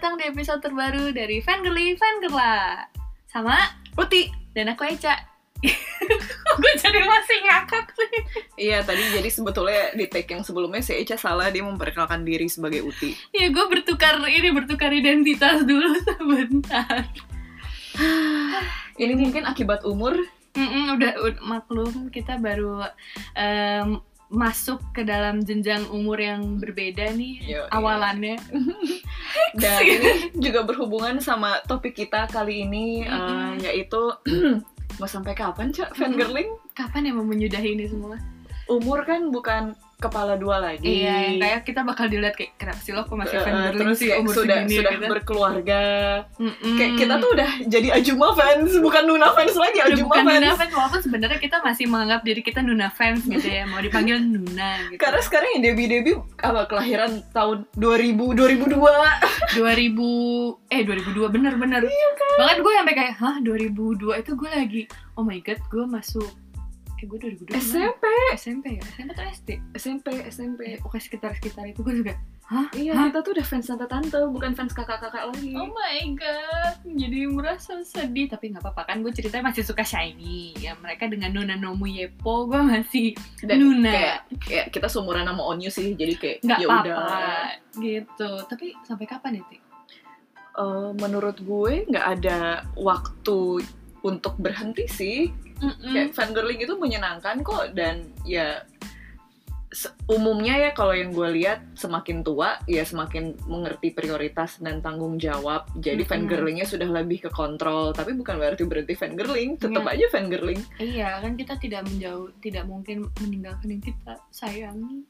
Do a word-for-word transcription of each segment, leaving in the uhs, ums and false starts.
datang di episode terbaru dari Fangirly Fangirla sama Uti dan aku Eca. Gue jadi masih ngakak sih. Iya tadi jadi sebetulnya di take yang sebelumnya si Eca salah, dia memperkenalkan diri sebagai Uti. Iya gue bertukar ini bertukar identitas dulu sebentar. Ini mungkin akibat umur. Mm-mm, udah, udah maklum kita baru um, masuk ke dalam jenjang umur yang berbeda nih. Yo, awalannya. Dan ini juga berhubungan sama topik kita kali ini, mm-hmm. uh, yaitu mau sampai kapan Cak fangirling? Kapan ya mau menyudahi ini semua? Umur kan bukan kepala dua lagi. Iya, kayak kita bakal dilihat kayak kenapa sih lo kok masih fangirling uh, sih umur sudah, segini sudah gitu. Berkeluarga. Mm-mm. Kayak kita tuh udah jadi Ajuma fans, bukan Nuna fans lagi, Ajuma bukan fans. Nuna fans, walaupun sebenarnya kita masih menganggap diri kita Nuna fans gitu ya, mau dipanggil Nuna gitu. Karena sekarang yang Debbie-Debbie apa kelahiran tahun dua ribu, dua ribu dua. dua ribu eh dua ribu dua bener-bener. Iya kan? Bahkan gue sampai kayak, "Hah, dua ribu dua itu gue lagi oh my god, gue masuk Eh gue dua ribu dua S M P S M P ya? S M P atau S D? S M P, S M P Eh, oke sekitar-sekitar itu gue juga hah? Iya, hah? kita tuh udah fans tante-tante, bukan fans kakak-kakak lagi. Oh my god, jadi merasa sedih. Tapi gak apa-apa kan, gue ceritanya masih suka Shiny ya. Mereka dengan Nuna Nomu Yepo, gue masih dan Nuna kayak, kayak kita seumuran sama Onyu sih, jadi kayak gak yaudah apa-apa gitu. Tapi sampai kapan ya, Ti? Uh, menurut gue gak ada waktu untuk berhenti sih. Mm-mm. Kayak fangirling itu menyenangkan kok. Dan ya se- umumnya ya kalau yang gue lihat semakin tua ya semakin mengerti prioritas dan tanggung jawab. Jadi mm-hmm. fangirlingnya sudah lebih ke kontrol. Tapi bukan berarti berhenti fangirling, tetap yeah. aja fangirling. Iya kan, kita tidak menjauh, tidak mungkin meninggalkan yang kita sayangi.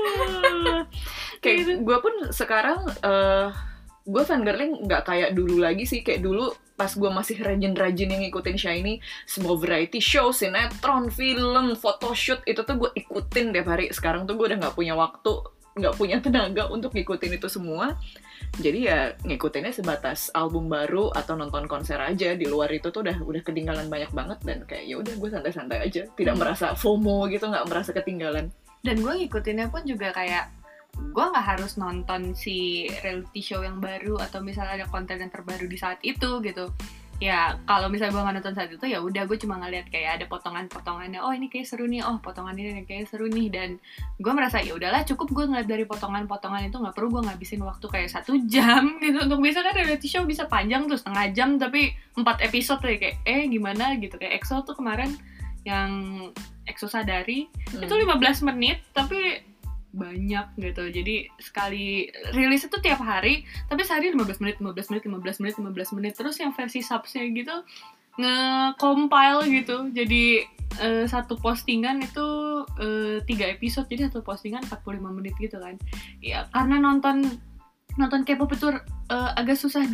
Kayak gue pun sekarang uh, gue fangirling nggak kayak dulu lagi sih. Kayak dulu pas gue masih rajin-rajin yang ngikutin Shiny, semua variety show, sinetron, film, photoshoot, itu tuh gue ikutin tiap hari. Sekarang tuh gue udah gak punya waktu, gak punya tenaga untuk ngikutin itu semua. Jadi ya ngikutinnya sebatas album baru atau nonton konser aja. Di luar itu tuh udah udah ketinggalan banyak banget. Dan kayak ya udah gue santai-santai aja, tidak hmm. merasa FOMO gitu, gak merasa ketinggalan. Dan gue ngikutinnya pun juga kayak gue nggak harus nonton si reality show yang baru atau misalnya ada konten yang terbaru di saat itu gitu ya. Kalau misalnya gue nggak nonton saat itu ya udah, gue cuma ngeliat kayak ada potongan-potongannya, oh ini kayak seru nih, oh potongan ini kayak seru nih, dan gue merasa ya udahlah cukup gue ngeliat dari potongan-potongan itu, nggak perlu gue ngabisin waktu kayak satu jam gitu untuk bisa. Kan reality show bisa panjang tuh setengah jam tapi empat episode tuh kayak eh gimana gitu. Kayak EXO tuh kemarin yang EXO Sadari hmm. itu lima belas menit tapi banyak gitu. Jadi sekali rilis itu tiap hari, tapi sehari lima belas menit, lima belas menit, lima belas menit, lima belas menit. Terus yang versi subsnya gitu nge-compile gitu. Jadi uh, satu postingan itu uh, tiga episode, jadi satu postingan empat puluh lima menit gitu kan. Ya karena nonton nonton K-pop itu uh, agak susah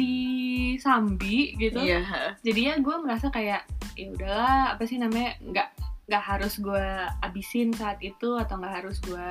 disambi gitu. Yeah. Jadi ya gue merasa kayak ya udahlah, apa sih namanya, nggak nggak harus gue abisin saat itu atau nggak harus gue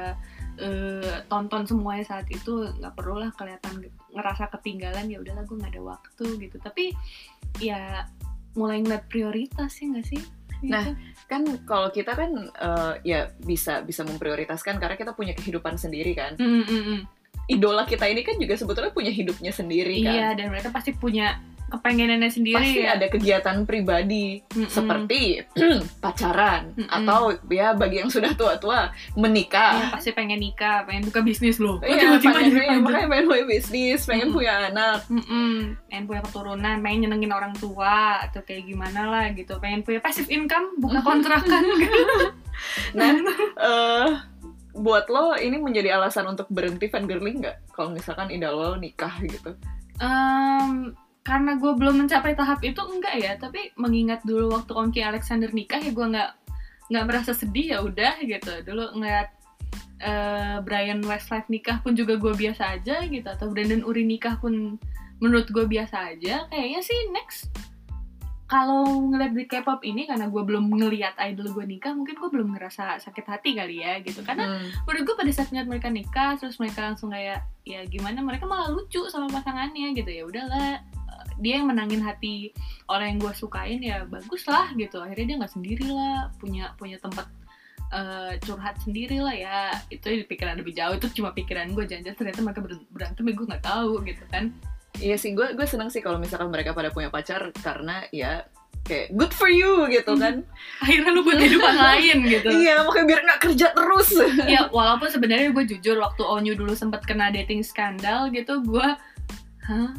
Uh, tonton semuanya saat itu, nggak perlu lah kelihatan ngerasa ketinggalan. Ya udahlah gue nggak ada waktu gitu. Tapi ya mulai ngeliat prioritas sih nggak sih gitu. Nah kan kalau kita kan uh, ya bisa bisa memprioritaskan karena kita punya kehidupan sendiri kan. Mm-mm. Idola kita ini kan juga sebetulnya punya hidupnya sendiri kan. Iya, dan mereka pasti punya kepengenannya sendiri. Pasti ya. ada kegiatan pribadi. Mm-mm. Seperti pacaran. Mm-mm. Atau ya bagi yang sudah tua-tua menikah. Ya, pasti pengen nikah, pengen buka bisnis loh. Iya, pengen, makanya pengen punya bisnis, pengen Mm-mm. punya anak. Mm-mm. Pengen punya keturunan, pengen nyenengin orang tua atau kayak gimana lah gitu. Pengen punya passive income, buka kontrakan. Nah uh, buat lo ini menjadi alasan untuk berhenti fangirling nggak? Kalau misalkan idola lo nikah gitu. Um, Karena gue belum mencapai tahap itu enggak ya, tapi mengingat dulu waktu Ongki Alexander nikah ya gue nggak nggak merasa sedih, ya udah gitu. Dulu ngeliat uh, Brian Westlife nikah pun juga gue biasa aja gitu, atau Brandon Urie nikah pun menurut gue biasa aja. Kayaknya sih next kalau ngeliat di K-pop ini, karena gue belum ngeliat idol gue nikah, mungkin gue belum ngerasa sakit hati kali ya gitu. Karena hmm. menurut gue pada saat ngeliat mereka nikah terus mereka langsung kayak ya gimana, mereka malah lucu sama pasangannya gitu. Ya udahlah, dia yang menangin hati orang yang gue sukain, ya bagus lah gitu. Akhirnya dia nggak sendiri lah, punya punya tempat uh, curhat sendiri lah ya. Itu pikiran lebih jauh, itu cuma pikiran gue. Jangan-jangan ternyata mereka berantem ya gue nggak tahu gitu kan. Iya sih, gue gue seneng sih kalau misalkan mereka pada punya pacar, karena ya kayak good for you gitu kan. Akhirnya lu punya kehidupan lain gitu. Iya, makanya biar nggak kerja terus. Ya walaupun sebenarnya gue jujur waktu Onyu dulu sempat kena dating skandal gitu, gue hah?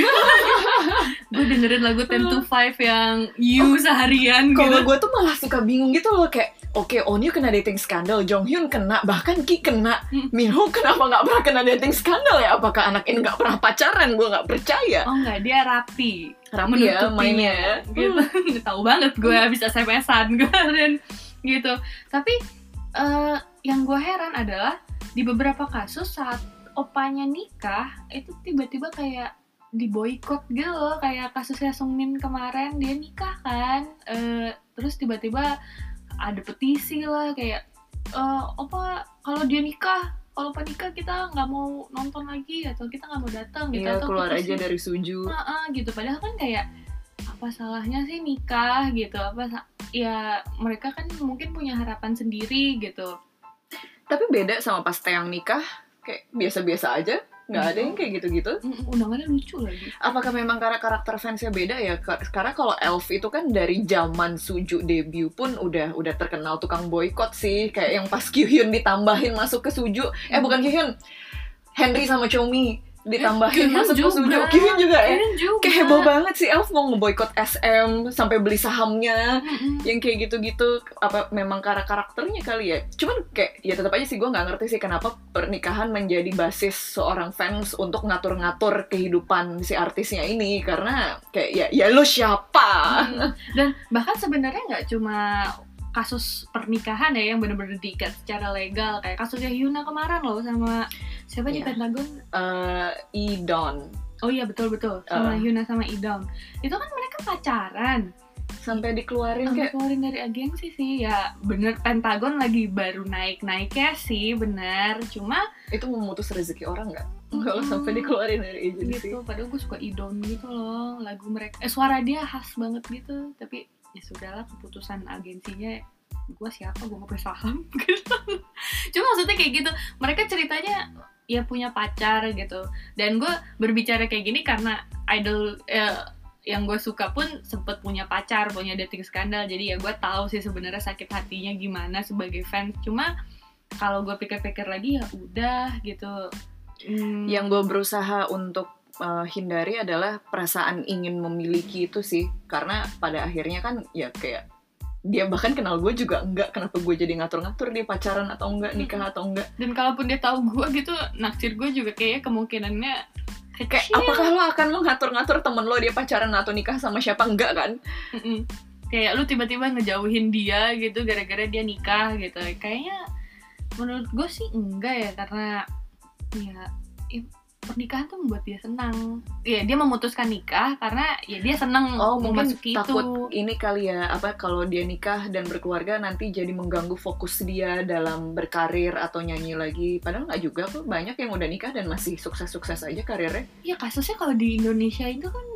Gue dengerin lagu ten to five yang You seharian gitu. Kalau gue tuh malah suka bingung gitu loh, kayak oke, okay, Onyu kena dating skandal, Jonghyun kena, bahkan Ki kena, Minho kenapa nggak pernah kena dating skandal ya? Apakah anak ini nggak pernah pacaran? Gue nggak percaya. Oh nggak, dia rapi, rapi ya mainnya ya. Gitu. Hmm. Tahu banget gue bisa S M S-an gue dan gitu. Tapi uh, yang gue heran adalah di beberapa kasus saat opanya nikah itu tiba-tiba kayak diboikot gitu loh, kayak kasusnya Sungmin kemarin, dia nikah kan, uh, terus tiba-tiba ada petisi lah kayak uh, opa kalau dia nikah, kalau opa nikah kita nggak mau nonton lagi atau kita nggak mau datang gitu, iya, atau keluar petisi, aja dari Suju. uh-uh, gitu. Padahal kan kayak apa salahnya sih nikah gitu, apa ya mereka kan mungkin punya harapan sendiri gitu. Tapi beda sama pas Taeyang nikah, kayak biasa-biasa aja, nggak ada yang kayak gitu-gitu. Undangannya lucu lagi. Apakah memang karena karakter fansnya beda ya? Karena kalau Elf itu kan dari zaman Suju debut pun udah udah terkenal tukang boykot sih. Kayak yang pas Kyuhyun ditambahin masuk ke Suju, eh bukan Kyuhyun, Henry sama Chomi ditambahin Kyuhyun masuk juga. ke Suju. Kyuhyun juga ya? Kyuhyun juga. Kayak heboh banget sih Elf mau ngeboikot S M sampai beli sahamnya. Mm-mm. Yang kayak gitu-gitu. Apa memang karena karakternya kali ya? Cuman kayak ya tetap aja sih gue nggak ngerti sih kenapa pernikahan menjadi basis seorang fans untuk ngatur-ngatur kehidupan si artisnya ini, karena kayak ya ya lo siapa? Hmm. Dan bahkan sebenarnya nggak cuma kasus pernikahan ya yang benar-benar diikat secara legal, kayak kasusnya Hyuna kemarin loh sama siapa di Yeah. Pentagon? Uh, Idon. Oh iya betul-betul sama Uh. Hyuna sama Idol. Itu kan mereka pacaran Sampai dikeluarin sampai kayak keluarin dari agensi sih ya. Bener, Pentagon lagi baru naik-naiknya sih bener. Cuma itu memutus rezeki orang nggak? Mm-mm. Kalau sampai dikeluarin dari agensi. gitu. Padahal gue suka Idol gitu loh, lagu mereka. Eh suara dia khas banget gitu. Tapi ya sudahlah, keputusan agensinya, gue siapa, gue gak punya saham gitu. Cuma maksudnya kayak gitu, mereka ceritanya ya punya pacar gitu. Dan gue berbicara kayak gini karena idol eh, yang gue suka pun sempet punya pacar, punya dating skandal. Jadi ya gue tahu sih sebenarnya sakit hatinya gimana sebagai fans. Cuma kalau gue pikir-pikir lagi ya udah gitu. Hmm. Yang gue berusaha untuk uh, hindari adalah perasaan ingin memiliki itu sih, karena pada akhirnya kan ya kayak dia bahkan kenal gue juga enggak, kenapa gue jadi ngatur-ngatur dia pacaran atau enggak, nikah atau enggak. Dan kalaupun dia tahu gue gitu, naksir gue juga kayaknya kemungkinannya kecil. Kayak apakah lo akan mengatur-ngatur temen lo dia pacaran atau nikah sama siapa, enggak kan? Mm-mm. Kayak lu tiba-tiba ngejauhin dia gitu gara-gara dia nikah gitu. Kayaknya menurut gue sih enggak ya, karena ya, ya pernikahan tuh membuat dia senang. Ya dia memutuskan nikah karena ya dia senang Oh mungkin memasuki takut itu. ini kali ya, apa kalau dia nikah dan berkeluarga nanti jadi mengganggu fokus dia dalam berkarir atau nyanyi lagi. Padahal nggak juga kok, banyak yang udah nikah dan masih sukses-sukses aja karirnya. Ya kasusnya kalau di Indonesia itu kan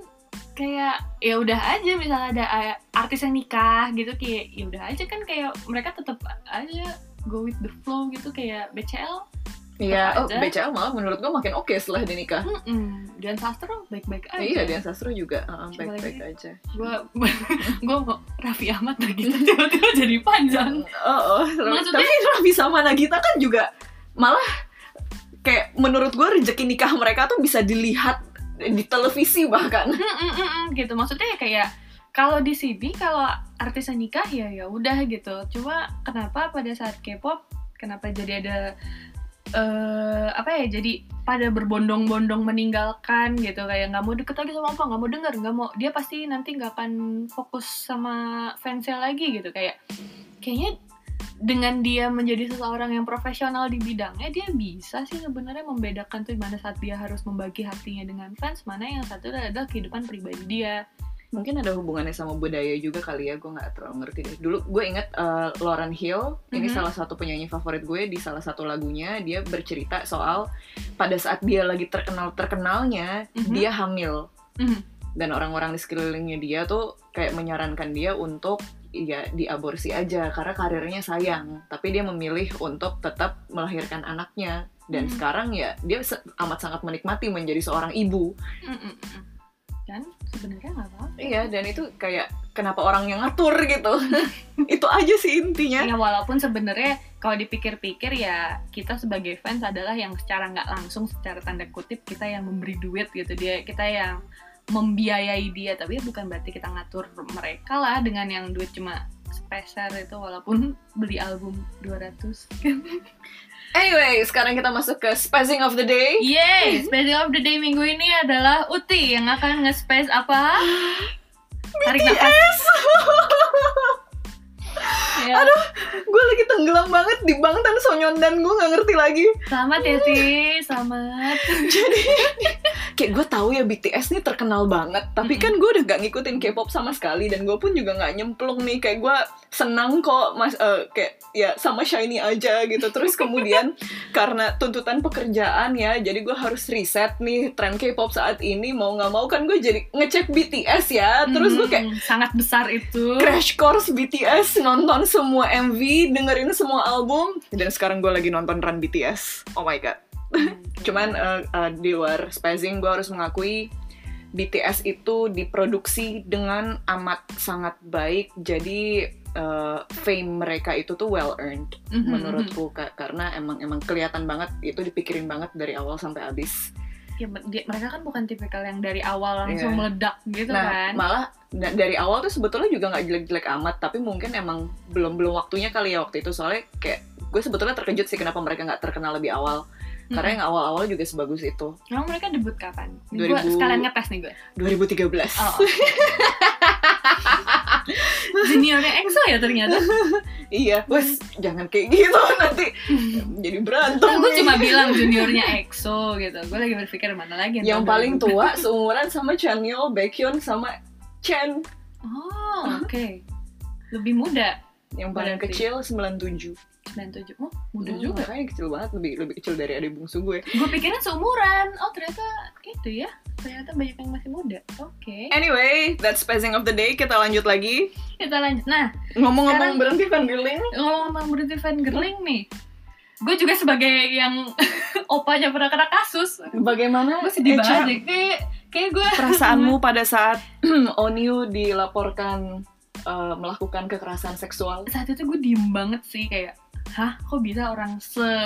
kayak ya udah aja, misalnya ada artis yang nikah gitu, kayak ya udah aja kan, kayak mereka tetap aja go with the flow gitu, kayak B C L. Iya, oh aja. B C L malah menurut gue makin oke setelah dia nikah. Mm-mm. Dian Sastro baik-baik aja. Iya, Dian Sastro juga uh, Coba baik-baik lagi. aja. Gue gue mau Raffi Ahmad Nagita tiba-tiba jadi panjang. Oh, oh. Maksudnya- Tapi Raffi sama Nagita kan juga malah kayak menurut gue rezeki nikah mereka tuh bisa dilihat di televisi bahkan. Mm-mm-mm, gitu, maksudnya ya kayak kalau di sini kalau artis yang nikah ya ya udah gitu. Cuma kenapa pada saat K-pop kenapa jadi ada uh, apa ya, jadi pada berbondong-bondong meninggalkan gitu, kayak nggak mau deket lagi sama apa, nggak mau denger, nggak mau, dia pasti nanti nggak akan fokus sama fansnya lagi gitu. Kayak kayaknya dengan dia menjadi seseorang yang profesional di bidangnya, dia bisa sih sebenarnya membedakan tuh mana saat dia harus membagi hatinya dengan fans, mana yang satu adalah kehidupan pribadi dia. Mungkin ada hubungannya sama budaya juga kali ya, gue nggak terlalu ngerti deh. Dulu gue inget uh, Lauryn Hill, ini Mm-hmm. salah satu penyanyi favorit gue, di salah satu lagunya dia bercerita soal pada saat dia lagi terkenal terkenalnya Mm-hmm. dia hamil. Mm-hmm. Dan orang-orang di sekelilingnya dia tuh kayak menyarankan dia untuk ya diaborsi aja karena karirnya sayang, tapi dia memilih untuk tetap melahirkan anaknya dan Hmm. sekarang ya dia se- amat sangat menikmati menjadi seorang ibu. Mm-mm. Kan sebenarnya nggak apa-apa. Iya, dan itu kayak kenapa orang yang ngatur gitu. Itu aja sih intinya. Ya walaupun sebenarnya kalau dipikir-pikir ya kita sebagai fans adalah yang secara nggak langsung, secara tanda kutip kita yang memberi duit gitu, dia kita yang membiayai dia, tapi ya bukan berarti kita ngatur mereka lah dengan yang duit cuma sepeser itu walaupun beli album dua ratus. Anyway, sekarang kita masuk ke Spazzing of the Day. Yeay, Spazzing of the Day minggu ini adalah Uti yang akan nge-space apa? Tarik B T nafas. S. Ya. Aduh, gue lagi tenggelam banget di Bangtan Sonyeondan, gue nggak ngerti lagi. Selamat ya Ti, selamat. Jadi kayak gue tahu ya B T S nih terkenal banget, tapi Mm-mm. kan gue udah gak ngikutin K-pop sama sekali dan gue pun juga nggak nyemplung nih. Kayak gue senang kok mas eh, kayak ya sama SHINee aja gitu. Terus kemudian karena tuntutan pekerjaan ya, jadi gue harus riset nih tren K-pop saat ini, mau nggak mau kan gue jadi ngecek B T S ya. Terus gue kayak Hmm, sangat besar itu. crash course B T S, nonton semua M V, dengerin semua album, dan sekarang gue lagi nonton Run B T S. Oh my god. Hmm. Cuman uh, uh, di luar spazzing, gue harus mengakui B T S itu diproduksi dengan amat sangat baik. Jadi uh, fame mereka itu tuh well earned Mhm, menurutku, Ka- karena emang emang kelihatan banget itu dipikirin banget dari awal sampai habis. Ya, dia- mereka kan bukan tipikal yang dari awal langsung Iya. meledak gitu Nah, kan. malah da- dari awal tuh sebetulnya juga nggak jelek-jelek amat, tapi mungkin emang belum belum waktunya kali ya waktu itu. Soalnya kayak gue sebetulnya terkejut sih kenapa mereka nggak terkenal lebih awal. Karena yang awal-awal juga sebagus itu. Emang mereka debut kapan? Gue dua ribu sekalian ngetes nih gue. dua ribu tiga belas. Oh. Juniornya EXO ya ternyata. Iya, wes jangan kayak gitu nanti jadi berantem. Kan gue nih. cuma bilang juniornya EXO gitu. Gue lagi berpikir mana lagi Yang tahun paling dua ribu. tua seumuran sama Chanyeol, Baekhyun sama Chen. Oh, oke. Lebih muda. Yang paling Berarti. kecil sembilan puluh tujuh. sembilan puluh tujuh. Oh, muda Hmm, juga. Makanya kecil banget, lebih lebih kecil dari adik bungsu gue. Gue pikirin seumuran. Oh, ternyata itu ya. Ternyata banyak yang masih muda. Oke. Anyway, that's Spazzing of the Day. Kita lanjut lagi. Kita lanjut. Nah, Ngomong-ngomong Sekarang- berhenti fangirling. ngomong-ngomong berhenti fangirling nih. Gue juga sebagai yang opanya pernah kena kasus. Bagaimana Gue sedih Echa, banget deh. Kayak, kayak gue perasaanmu pada saat Onyu dilaporkan uh, melakukan kekerasan seksual? saat itu gue diem banget sih, kayak hah kok bisa orang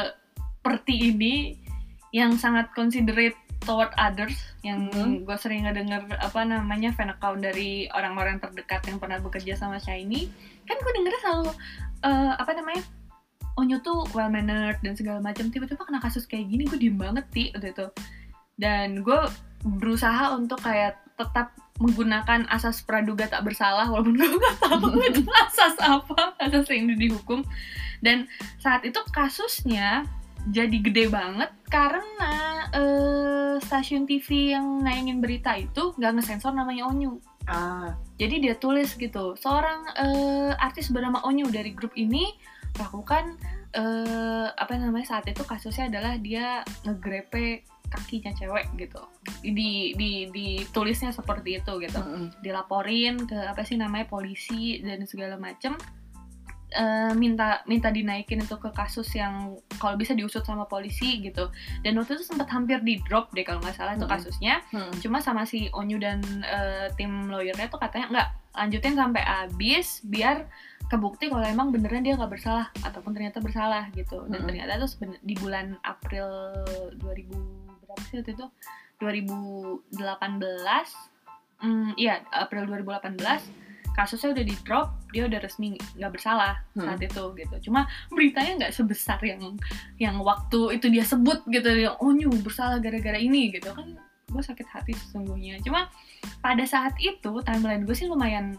seperti ini yang sangat considerate toward others, yang Mhm. gue sering ngedenger apa namanya fan account dari orang-orang terdekat yang pernah bekerja sama SHINee. Kan gue dengernya selalu eh, apa namanya Onyu tuh well mannered dan segala macam, tiba-tiba kena kasus kayak gini gue diem banget sih waktu itu. Dan gue berusaha untuk kayak tetap menggunakan asas praduga tak bersalah, walaupun gue gak tahu itu asas apa, asas yang dihukum. Dan saat itu kasusnya jadi gede banget karena eh, stasiun T V yang nayangin berita itu gak ngesensor namanya Onyu. Ah, Jadi dia tulis gitu, seorang eh, artis bernama Onyu dari grup ini melakukan eh, apa namanya, saat itu kasusnya adalah dia ngegrepe kakinya cewek gitu. Di di ditulisnya seperti itu gitu. mm-mm. Dilaporin ke apa sih namanya polisi dan segala macem. Uh, minta minta dinaikin itu ke kasus yang kalau bisa diusut sama polisi gitu. Dan waktu itu sempat hampir di drop deh kalau nggak salah itu Mm-mm. kasusnya. Hmm. Cuma sama si Onyu dan uh, tim lawyernya tuh katanya nggak, lanjutin sampai habis biar kebukti kalau emang beneran dia nggak bersalah ataupun ternyata bersalah gitu. Dan Mm-mm. ternyata tuh seben- di bulan April dua ribu berapa sih waktu itu, dua ribu delapan belas, hmm, iya April dua ribu delapan belas kasusnya udah di drop, dia udah resmi nggak bersalah saat Hmm. itu gitu. Cuma beritanya nggak sebesar yang yang waktu itu dia sebut gitu, yang Onyu bersalah gara-gara ini gitu kan. Gue sakit hati sesungguhnya. Cuma pada saat itu timeline gue sih lumayan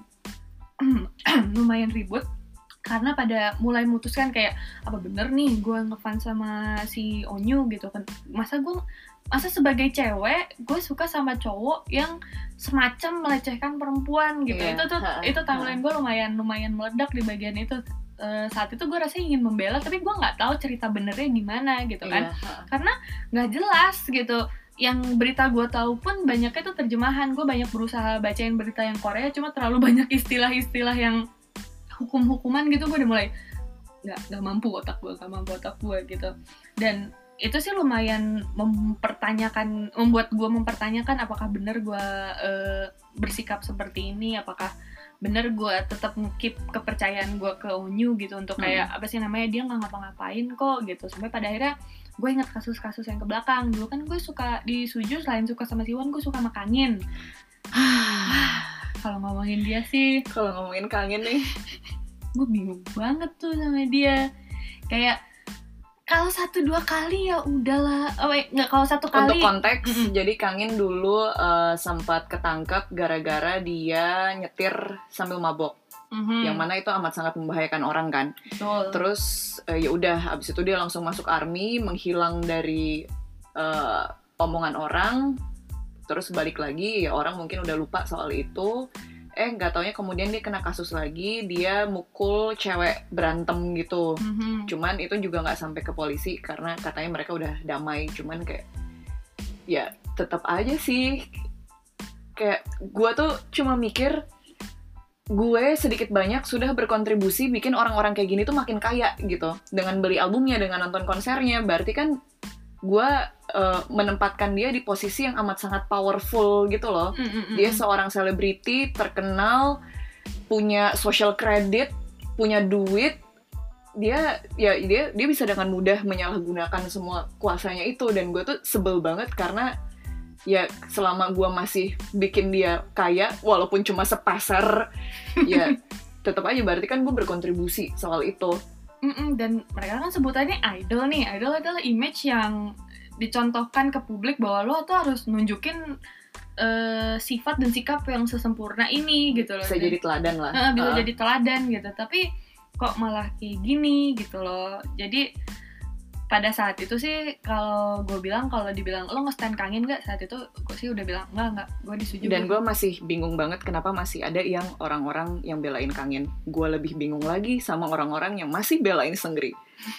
lumayan ribut karena pada mulai memutuskan kayak apa bener nih gue ngefans sama si Onyu gitu kan. Masa gue masa sebagai cewek gue suka sama cowok yang semacam melecehkan perempuan gitu. Iya, Itu tuh ha, itu ha. timeline gue lumayan lumayan meledak di bagian itu. Eh, saat itu gue rasanya ingin membela tapi gue nggak tahu cerita benernya gimana gitu kan. Iya. Nggak jelas gitu. Yang berita gue tahu pun banyaknya tuh terjemahan. Gue banyak berusaha bacain berita yang Korea, cuma terlalu banyak istilah-istilah yang hukum-hukuman gitu gue udah mulai nggak nggak mampu otak gue nggak mampu otak gue gitu. Dan itu sih lumayan mempertanyakan, membuat gue mempertanyakan apakah benar gue uh, bersikap seperti ini, apakah benar gue tetap keep kepercayaan gue ke Onyu gitu untuk kayak hmm. apa sih namanya, dia nggak ngapa-ngapain kok gitu. Sampai pada akhirnya gue ingat kasus-kasus yang ke belakang. Dulu kan gue suka di Suju, selain suka sama Siwon, gue suka sama Kangin. Kalau ngomongin dia sih, kalau ngomongin Kangin nih, gue bingung banget tuh sama dia. Kayak kalau satu dua kali ya udahlah, oh wait, nggak, kalau satu kali. Untuk konteks, mm-hmm. jadi Kangin dulu uh, sempat ketangkep gara-gara dia nyetir sambil mabok, mm-hmm. yang mana itu amat sangat membahayakan orang kan. Betul. Terus uh, ya udah, abis itu dia langsung masuk army, menghilang dari uh, omongan orang, terus balik lagi, ya orang mungkin udah lupa soal itu. Eh nggak taunya kemudian dia kena kasus lagi, dia mukul cewek berantem gitu. Mm-hmm. Cuman itu juga nggak sampai ke polisi karena katanya mereka udah damai. Cuman kayak ya tetap aja sih, kayak gue tuh cuma mikir, gue sedikit banyak sudah berkontribusi bikin orang-orang kayak gini tuh makin kaya gitu, dengan beli albumnya, dengan nonton konsernya. Berarti kan gue uh, menempatkan dia di posisi yang amat sangat powerful gitu loh. Mm-mm. Dia seorang selebriti terkenal, punya social credit, punya duit. Dia ya dia dia bisa dengan mudah menyalahgunakan semua kuasanya itu. Dan gue tuh sebel banget karena ya selama gue masih bikin dia kaya walaupun cuma sepasar, ya tetap aja berarti kan gue berkontribusi soal itu. Mm-mm, dan mereka kan sebutannya idol nih. Idol adalah image yang dicontohkan ke publik bahwa lo tuh harus nunjukin uh, sifat dan sikap yang sesempurna ini gitu loh. Bisa jadi teladan lah. Uh, bisa uh. jadi teladan gitu. Tapi kok malah kayak gini gitu loh. Jadi pada saat itu sih kalau gue bilang, kalau dibilang lo nge-stan Kangin gak? Saat itu gue sih udah bilang enggak, enggak, gue disetujui. Dan gue masih bingung banget kenapa masih ada yang orang-orang yang belain Kangin. Gue lebih bingung lagi sama orang-orang yang masih belain Seungri.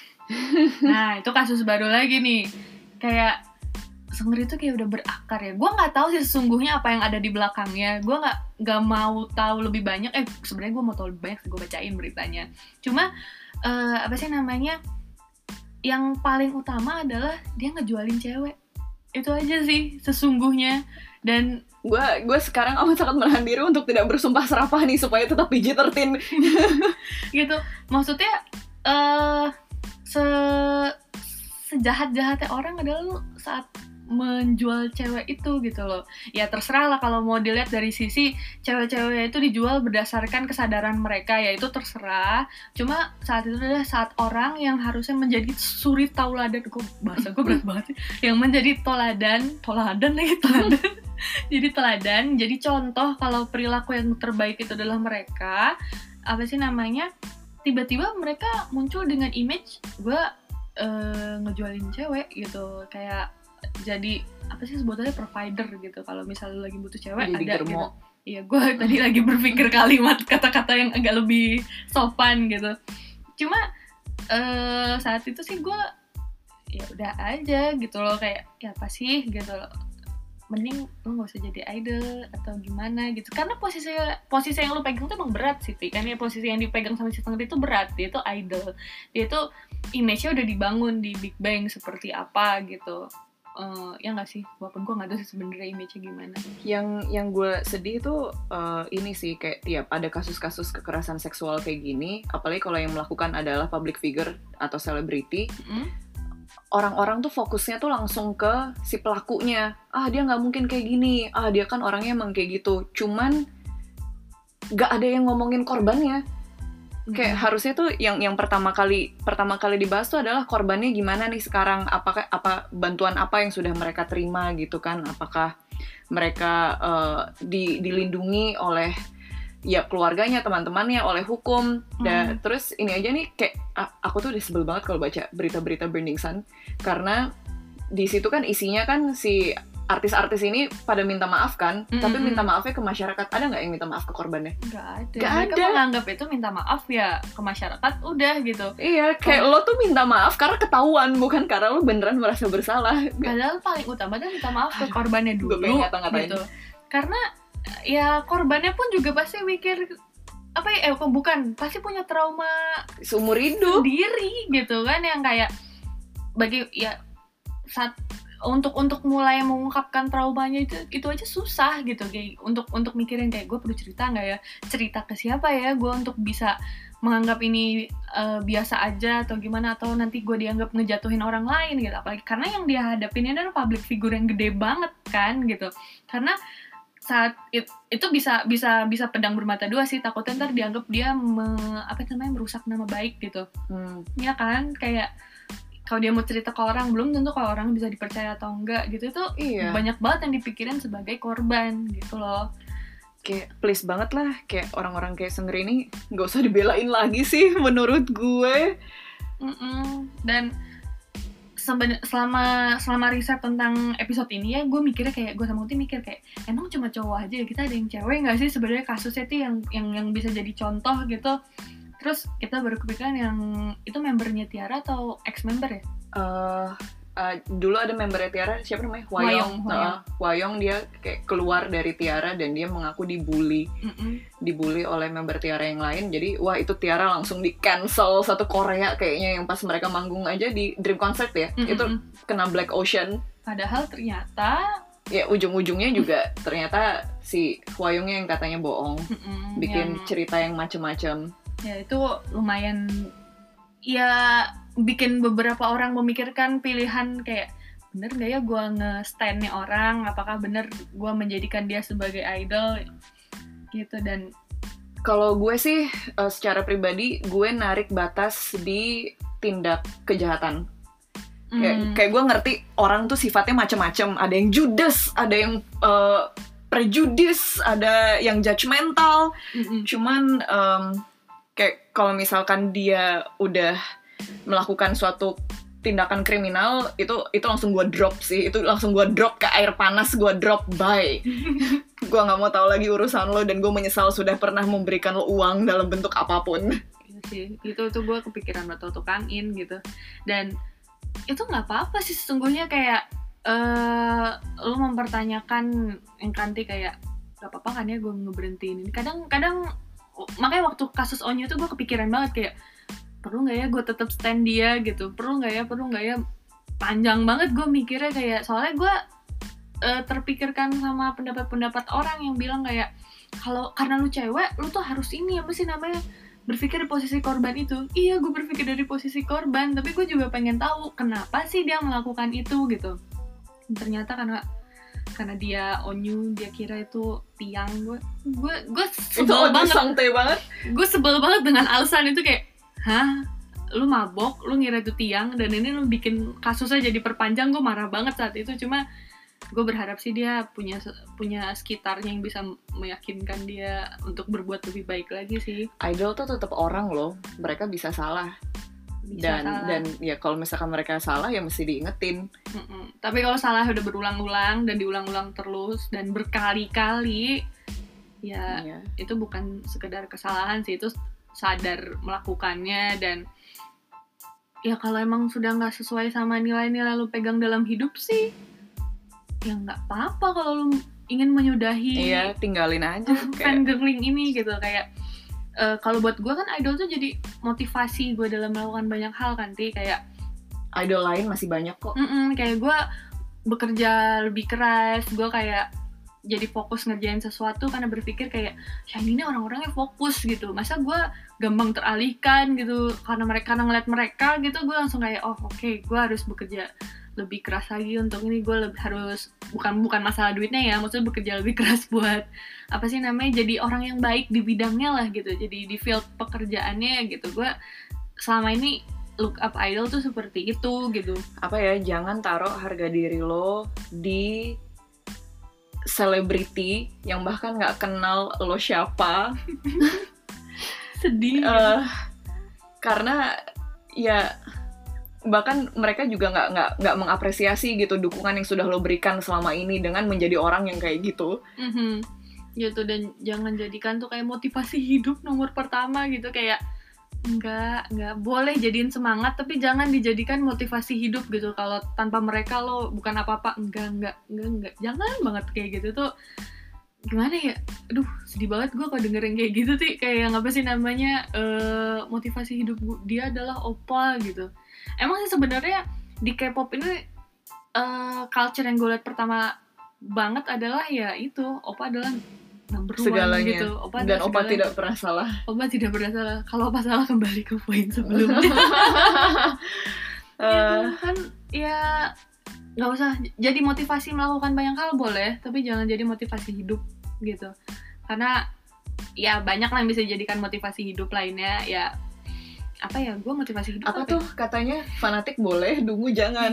Nah itu kasus baru lagi nih. Kayak Seungri itu kayak udah berakar ya. Gue gak tahu sih sesungguhnya apa yang ada di belakangnya. Gue gak, gak mau tahu lebih banyak. Eh sebenarnya gue mau tahu lebih banyak, gue bacain beritanya. Cuma uh, apa sih namanya, yang paling utama adalah dia ngejualin cewek. Itu aja sih sesungguhnya. Dan gue gue sekarang amat sangat menahan diri untuk tidak bersumpah serapah nih supaya tetap P G thirteen gitu. Maksudnya uh, se sejahat-jahatnya orang adalah saat menjual cewek itu gitu loh. Ya terserah lah kalau mau dilihat dari sisi cewek-cewek itu dijual berdasarkan kesadaran mereka, ya itu terserah. Cuma saat itu adalah saat orang yang harusnya menjadi suri tauladan, gue bahasa gue berat banget sih, yang menjadi toladan, toladan lagi toladan. Jadi teladan, jadi contoh kalau perilaku yang terbaik itu adalah mereka. Apa sih namanya? Tiba-tiba mereka muncul dengan image gue uh, ngejualin cewek gitu, kayak jadi apa sih sebutannya, provider gitu. Kalau misalnya lagi butuh cewek jadi ada germo. Gitu. Iya, gue tadi lagi berpikir kalimat kata-kata yang agak lebih sopan gitu. Cuma uh, saat itu sih gue ya udah aja gitu loh, kayak ya apa sih gitu loh. Mending lo nggak usah jadi idol atau gimana gitu, karena posisi posisi yang lo pegang tuh emang berat sih, kan ya posisi yang dipegang sama si Seungri itu berat. Dia itu idol, dia itu image-nya udah dibangun di Big Bang seperti apa gitu. Uh, ya nggak sih, walaupun gue nggak tahu sih sebenarnya image-nya gimana. Yang yang gue sedih tuh uh, ini sih, kayak tiap ada kasus-kasus kekerasan seksual kayak gini, apalagi kalau yang melakukan adalah public figure atau selebriti, mm-hmm. orang-orang tuh fokusnya tuh langsung ke si pelakunya. Ah dia nggak mungkin kayak gini, ah dia kan orangnya emang kayak gitu. Cuman nggak ada yang ngomongin korbannya. Kayak hmm. harusnya tuh yang yang pertama kali pertama kali dibahas tuh adalah korbannya gimana nih sekarang, apakah apa bantuan apa yang sudah mereka terima gitu kan, apakah mereka uh, di, dilindungi oleh ya keluarganya, teman-temannya, oleh hukum. Dan hmm. terus ini aja nih, kayak aku tuh udah sebel banget kalau baca berita-berita Burning Sun, karena di situ kan isinya kan si artis-artis ini pada minta maaf kan, mm-hmm. tapi minta maafnya ke masyarakat. Ada nggak yang minta maaf ke korbannya? Nggak ada. Nggak Mereka ada. menganggap itu minta maaf ya ke masyarakat, udah gitu. Iya, kayak oh. lo tuh minta maaf karena ketahuan, bukan karena lo beneran merasa bersalah. Padahal paling utama dia minta maaf ke korbannya dulu. Gue pengen ngata-ngatain gitu. Karena ya korbannya pun juga pasti mikir, apa ya, eh bukan, pasti punya trauma seumur hidup sendiri gitu kan, yang kayak bagi ya saat untuk untuk mulai mengungkapkan traumanya itu itu aja susah gitu, kayak untuk untuk mikirin kayak gue perlu cerita nggak ya, cerita ke siapa ya gue untuk bisa menganggap ini uh, biasa aja atau gimana, atau nanti gue dianggap ngejatuhin orang lain gitu, apalagi karena yang dia hadapin ini adalah public figure yang gede banget kan gitu. Karena saat it, itu bisa bisa bisa pedang bermata dua sih, takutnya ntar dianggap dia me, apa namanya merusak nama baik gitu, hmm. ya kan, kayak kalau dia mau cerita ke orang belum tentu kalau orang bisa dipercaya atau enggak gitu, tuh iya. Banyak banget yang dipikirin sebagai korban gitu loh. Kayak please banget lah, kayak orang-orang kayak Seungri ini nggak usah dibelain lagi sih menurut gue. Mm-mm. Dan seben- selama selama riset tentang episode ini ya, gue mikirnya kayak gue sama Uti mikir kayak emang cuma cowok aja ya, kita ada yang cewek nggak sih sebenarnya kasusnya tuh yang yang yang bisa jadi contoh gitu. Terus kita baru kepikiran yang itu membernya Tiara atau ex-member ya? Uh, uh, dulu ada membernya Tiara, siapa namanya? Hwayong. Hwayong. Uh, Hwayong dia kayak keluar dari Tiara dan dia mengaku dibully. Mm-mm. Dibully oleh member Tiara yang lain. Jadi wah itu Tiara langsung di cancel satu Korea kayaknya, yang pas mereka manggung aja di Dream Concert ya. Mm-mm. Itu kena Black Ocean. Padahal ternyata ya ujung-ujungnya juga ternyata si Hwayongnya yang katanya bohong. Mm-mm, bikin yang... cerita yang macem-macem. Ya itu lumayan ya bikin beberapa orang memikirkan pilihan kayak bener gak ya gue nge-stand nih orang, apakah bener gue menjadikan dia sebagai idol gitu. Dan kalau gue sih uh, secara pribadi gue narik batas di tindak kejahatan. mm. Kayak, kayak gue ngerti orang tuh sifatnya macam-macam, ada yang judes, ada yang uh, prejudis, ada yang judgmental. Mm-mm. Cuman um, kayak kalau misalkan dia udah melakukan suatu tindakan kriminal, itu itu langsung gue drop sih, itu langsung gue drop ke air panas, gue drop bye. Gue nggak mau tahu lagi urusan lo, dan gue menyesal sudah pernah memberikan lo uang dalam bentuk apapun. Iya sih, itu itu gue kepikiran atau tukangin gitu, dan itu nggak apa-apa sih sesungguhnya, kayak uh, lo mempertanyakan yang kanti kayak nggak apa-apa kan ya gue ngeberhentiin ini. Kadang-kadang makanya waktu kasus Onyu tuh gue kepikiran banget kayak perlu nggak ya gue tetap stand dia gitu, perlu nggak ya perlu nggak ya panjang banget gue mikirnya, kayak soalnya gue uh, terpikirkan sama pendapat-pendapat orang yang bilang kayak kalau karena lu cewek lu tuh harus ini apa sih namanya berpikir di posisi korban itu. Iya gue berpikir dari posisi korban, tapi gue juga pengen tahu kenapa sih dia melakukan itu gitu. Dan ternyata karena karena dia Onyu, dia kira itu tiang. Gue gue gue sebel banget, santai banget. Gue sebel banget dengan alasan itu, kayak hah, lu mabok, lu ngira itu tiang, dan ini lu bikin kasusnya jadi perpanjang. Gue marah banget saat itu. Cuma gue berharap sih dia punya punya sekitarnya yang bisa meyakinkan dia untuk berbuat lebih baik lagi sih. Idol tuh tetap orang loh, mereka bisa salah. Bisa dan salah. Dan ya kalau misalkan mereka salah ya mesti diingetin. Mm-mm. Tapi kalau salah udah berulang-ulang dan diulang-ulang terus dan berkali-kali, ya iya. Itu bukan sekedar kesalahan sih, itu sadar melakukannya. Dan ya kalau emang sudah nggak sesuai sama nilai-nilai lu pegang dalam hidup sih, ya nggak apa-apa kalau lu ingin menyudahi. Iya, tinggalin aja. Fangirling ini gitu, kayak Uh, kalau buat gue kan idol tuh jadi motivasi gue dalam melakukan banyak hal kan, Ti. Kayak idol lain masih banyak kok. Mm-mm, kayak gue bekerja lebih keras, gue kayak jadi fokus ngerjain sesuatu karena berpikir kayak Shiny ini orang-orangnya fokus gitu, masa gue gampang teralihkan gitu karena mereka, karena ngeliat mereka gitu. Gue langsung kayak oh oke okay, gue harus bekerja lebih keras lagi untuk ini. Gue lebih harus bukan bukan masalah duitnya ya, maksudnya bekerja lebih keras buat apa sih namanya, jadi orang yang baik di bidangnya lah gitu, jadi di field pekerjaannya gitu. Gue selama ini look up idol tuh seperti itu gitu. Apa ya, jangan taruh harga diri lo di selebriti yang bahkan nggak kenal lo siapa. Sedih. Uh, karena ya bahkan mereka juga nggak nggak nggak mengapresiasi gitu dukungan yang sudah lo berikan selama ini dengan menjadi orang yang kayak gitu. Mm-hmm. Gitu, dan jangan jadikan tuh kayak motivasi hidup nomor pertama gitu. Kayak enggak enggak boleh jadiin semangat, tapi jangan dijadikan motivasi hidup gitu. Kalau tanpa mereka lo bukan apa-apa, enggak enggak enggak enggak jangan banget kayak gitu tuh. gimana ya, aduh sedih banget gue kalau dengerin kayak gitu sih. Kayak yang apa sih namanya, uh, motivasi hidup gua, dia adalah oppa gitu. Emang sih sebenarnya di K-pop ini uh, culture yang gue liat pertama banget adalah ya itu, oppa adalah number one segalanya gitu. Oppa dan oppa segalanya. tidak pernah salah. Oppa tidak pernah salah. Kalau oppa salah kembali ke poin sebelumnya. uh, ya, kan ya nggak usah jadi motivasi melakukan banyak hal boleh, tapi jangan jadi motivasi hidup gitu. Karena ya banyak lah yang bisa dijadikan motivasi hidup lainnya. Ya apa ya, gue motivasi hidup apa, apa tuh ya? Katanya fanatik boleh, dungu jangan.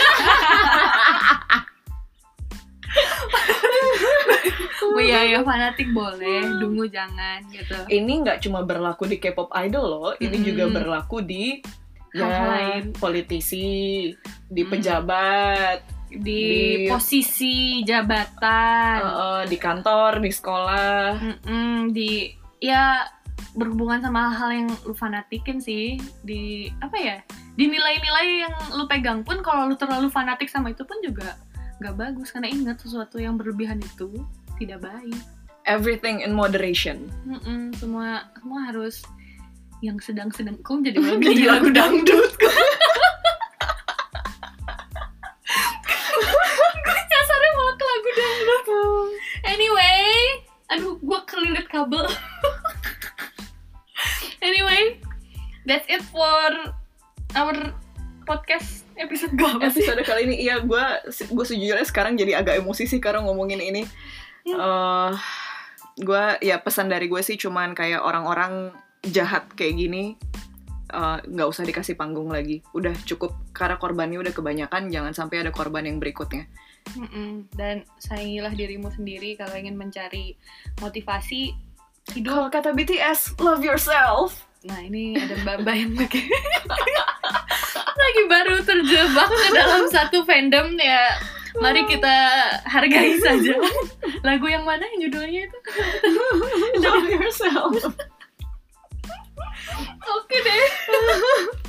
Oh iya ya, fanatik boleh, dungu jangan gitu. Ini nggak cuma berlaku di K-pop idol loh, ini hmm. juga berlaku di hal ya, lain, politisi, di pejabat, di, di posisi jabatan, uh, uh, di kantor, di sekolah, Mm-mm, di ya berhubungan sama hal yang lu fanatikin sih. Di apa ya, di nilai-nilai yang lu pegang pun kalau lu terlalu fanatik sama itu pun juga nggak bagus. Karena ingat, sesuatu yang berlebihan itu tidak baik. Everything in moderation. Mm-mm, semua semua harus yang sedang-sedang. Kok jadi jadi lagu dangdut? Gue nyasarnya malah ke lagu dangdut. Anyway, aduh, gue kelilit kabel. Anyway, that's it for our podcast episode gue. Episode kali ini, iya, gue gue sejujurnya sekarang jadi agak emosi sih karena ngomongin ini. Hmm. Uh, gue ya pesan dari gue sih cuman kayak orang-orang jahat kayak gini nggak uh, usah dikasih panggung lagi. Udah cukup, karena korbannya udah kebanyakan. Jangan sampai ada korban yang berikutnya. Mm-mm. Dan sayangilah dirimu sendiri kalau ingin mencari motivasi hidup. Kalau kata B T S, love yourself. Nah, ini ada mbak-mbak yang lagi lagi baru terjebak ke dalam satu fandom ya. Mari kita hargai saja. Lagu yang mana yang judulnya itu? Love yourself. Oke deh.